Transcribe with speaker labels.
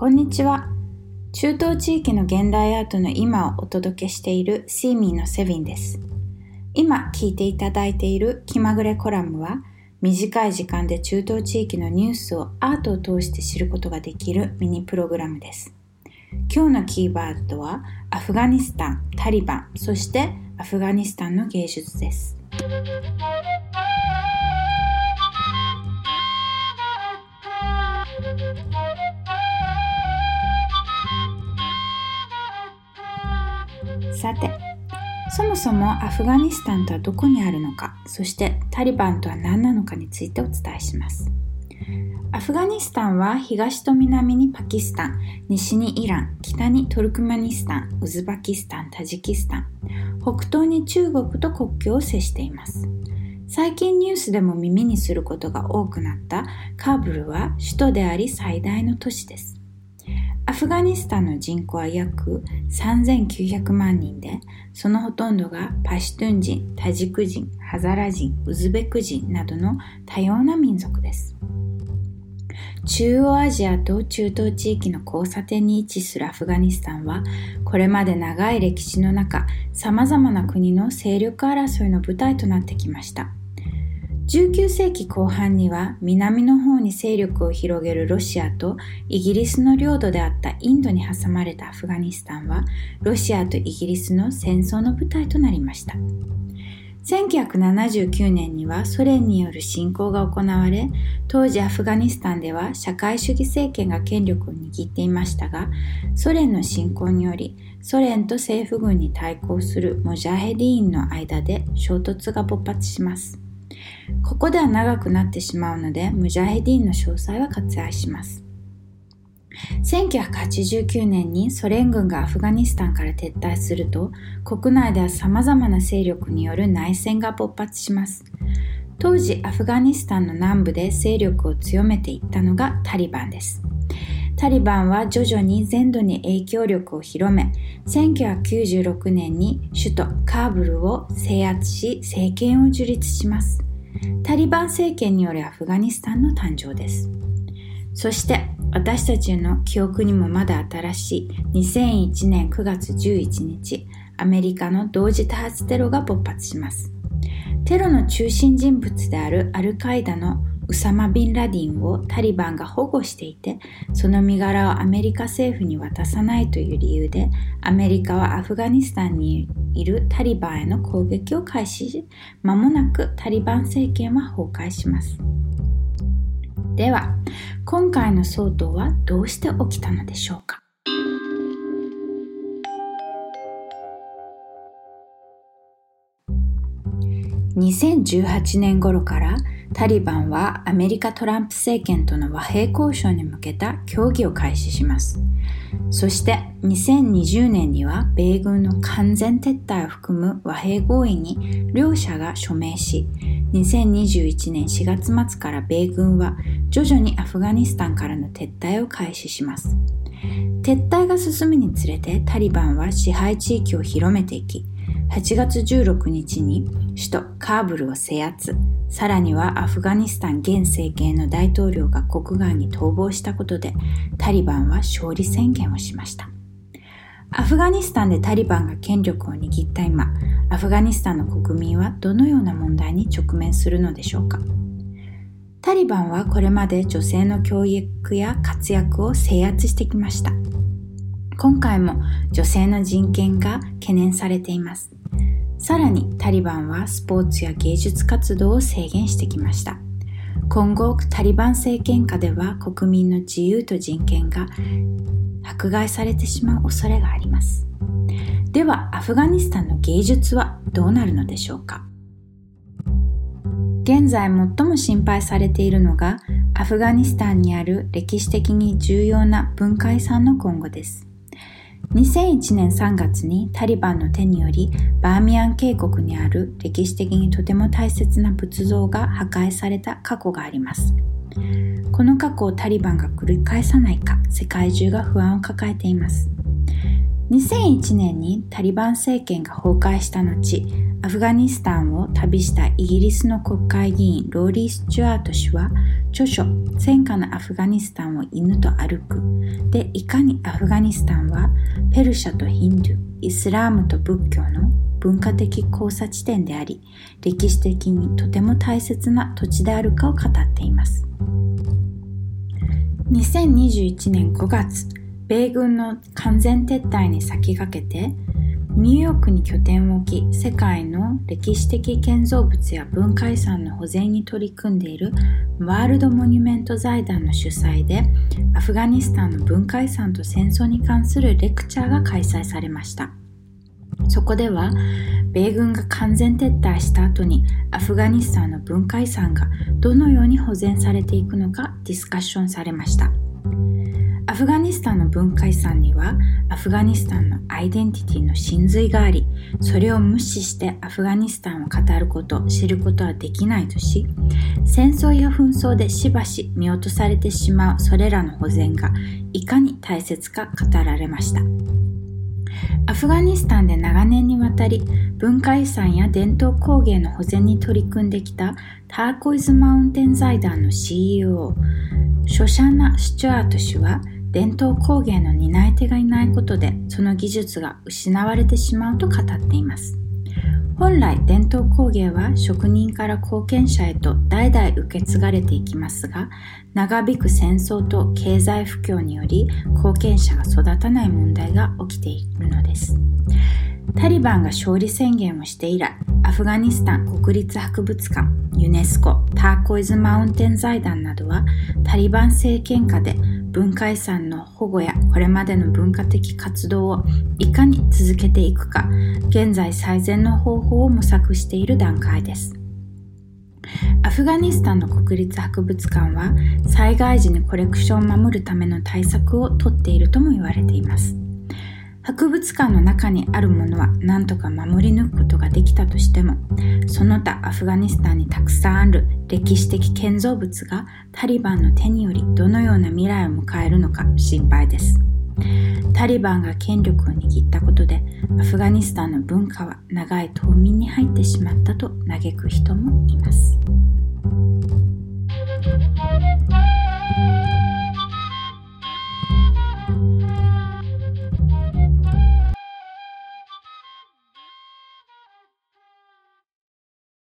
Speaker 1: こんにちは。中東地域の現代アートの今をお届けしているシーミーのセビンです。今聞いていただいている気まぐれコラムは、短い時間で中東地域のニュースをアートを通して知ることができるミニプログラムです。今日のキーワードはアフガニスタン、タリバン、そしてアフガニスタンの芸術です。さて、そもそもアフガニスタンとはどこにあるのか、そしてタリバンとは何なのかについてお伝えします。アフガニスタンは東と南にパキスタン、西にイラン、北にトルクメニスタン、ウズバキスタン、タジキスタン、北東に中国と国境を接しています。最近ニュースでも耳にすることが多くなったカブールは首都であり最大の都市です。アフガニスタンの人口は約3900万人で、そのほとんどがパシュトゥン人、タジク人、ハザラ人、ウズベク人などの多様な民族です。中央アジアと中東地域の交差点に位置するアフガニスタンは、これまで長い歴史の中、様々な国の勢力争いの舞台となってきました。19世紀後半には南の方に勢力を広げるロシアとイギリスの領土であったインドに挟まれたアフガニスタンはロシアとイギリスの戦争の舞台となりました。1979年にはソ連による侵攻が行われ、当時アフガニスタンでは社会主義政権が権力を握っていましたが、ソ連の侵攻によりソ連と政府軍に対抗するムジャヘディーンの間で衝突が勃発します。ここでは長くなってしまうので、ムジャヘディーンの詳細は割愛します。1989年にソ連軍がアフガニスタンから撤退すると、国内では様々な勢力による内戦が勃発します。当時、アフガニスタンの南部で勢力を強めていったのがタリバンです。タリバンは徐々に全土に影響力を広め、1996年に首都カブールを制圧し、政権を樹立します。タリバン政権によるアフガニスタンの誕生です。そして私たちの記憶にもまだ新しい2001年9月11日、アメリカの同時多発テロが勃発します。テロの中心人物であるアルカイダのウサマ・ビンラディンをタリバンが保護していて、その身柄をアメリカ政府に渡さないという理由で、アメリカはアフガニスタンにいるタリバンへの攻撃を開始し、間もなくタリバン政権は崩壊します。では、今回の騒動はどうして起きたのでしょうか。2018年頃からタリバンはアメリカトランプ政権との和平交渉に向けた協議を開始します。そして2020年には米軍の完全撤退を含む和平合意に両者が署名し、2021年4月末から米軍は徐々にアフガニスタンからの撤退を開始します。撤退が進むにつれてタリバンは支配地域を広めていき、8月16日に首都カブールを制圧、さらにはアフガニスタン現政権の大統領が国外に逃亡したことで、タリバンは勝利宣言をしました。アフガニスタンでタリバンが権力を握った今、アフガニスタンの国民はどのような問題に直面するのでしょうか。タリバンはこれまで女性の教育や活躍を制圧してきました。今回も女性の人権が懸念されています。さらにタリバンはスポーツや芸術活動を制限してきました。今後タリバン政権下では国民の自由と人権が迫害されてしまう恐れがあります。ではアフガニスタンの芸術はどうなるのでしょうか。現在最も心配されているのがアフガニスタンにある歴史的に重要な文化遺産の今後です。2001年3月にタリバンの手によりバーミヤン渓谷にある歴史的にとても大切な仏像が破壊された過去があります。この過去をタリバンが繰り返さないか世界中が不安を抱えています。 2001年にタリバン政権が崩壊した後、アフガニスタンを旅したイギリスの国会議員ローリー・スチュアート氏は、著書戦火のアフガニスタンを犬と歩くで、いかにアフガニスタンはペルシャとヒンドゥー、イスラームと仏教の文化的交差地点であり、歴史的にとても大切な土地であるかを語っています。2021年5月、米軍の完全撤退に先駆けて、ニューヨークに拠点を置き、世界の歴史的建造物や文化遺産の保全に取り組んでいるワールドモニュメント財団の主催で、アフガニスタンの文化遺産と戦争に関するレクチャーが開催されました。そこでは、米軍が完全撤退した後にアフガニスタンの文化遺産がどのように保全されていくのかディスカッションされました。アフガニスタンの文化遺産にはアフガニスタンのアイデンティティの真髄があり、それを無視してアフガニスタンを語ること、知ることはできないとし、戦争や紛争でしばし見落とされてしまうそれらの保全がいかに大切か語られました。アフガニスタンで長年にわたり文化遺産や伝統工芸の保全に取り組んできたターコイズマウンテン財団の CEO ショシャナ・スチュアート氏は、伝統工芸の担い手がいないことでその技術が失われてしまうと語っています。本来伝統工芸は職人から後見者へと代々受け継がれていきますが、長引く戦争と経済不況により後見者が育たない問題が起きているのです。タリバンが勝利宣言をして以来、アフガニスタン国立博物館、ユネスコ、ターコイズマウンテン財団などはタリバン政権下で文化遺産の保護やこれまでの文化的活動をいかに続けていくか、現在最善の方法を模索している段階です。アフガニスタンの国立博物館は災害時にコレクションを守るための対策をとっているとも言われています。博物館の中にあるものは何とか守り抜くことができたとしても、その他アフガニスタンにたくさんある歴史的建造物がタリバンの手によりどのような未来を迎えるのか心配です。タリバンが権力を握ったことでアフガニスタンの文化は長い冬眠に入ってしまったと嘆く人もいます。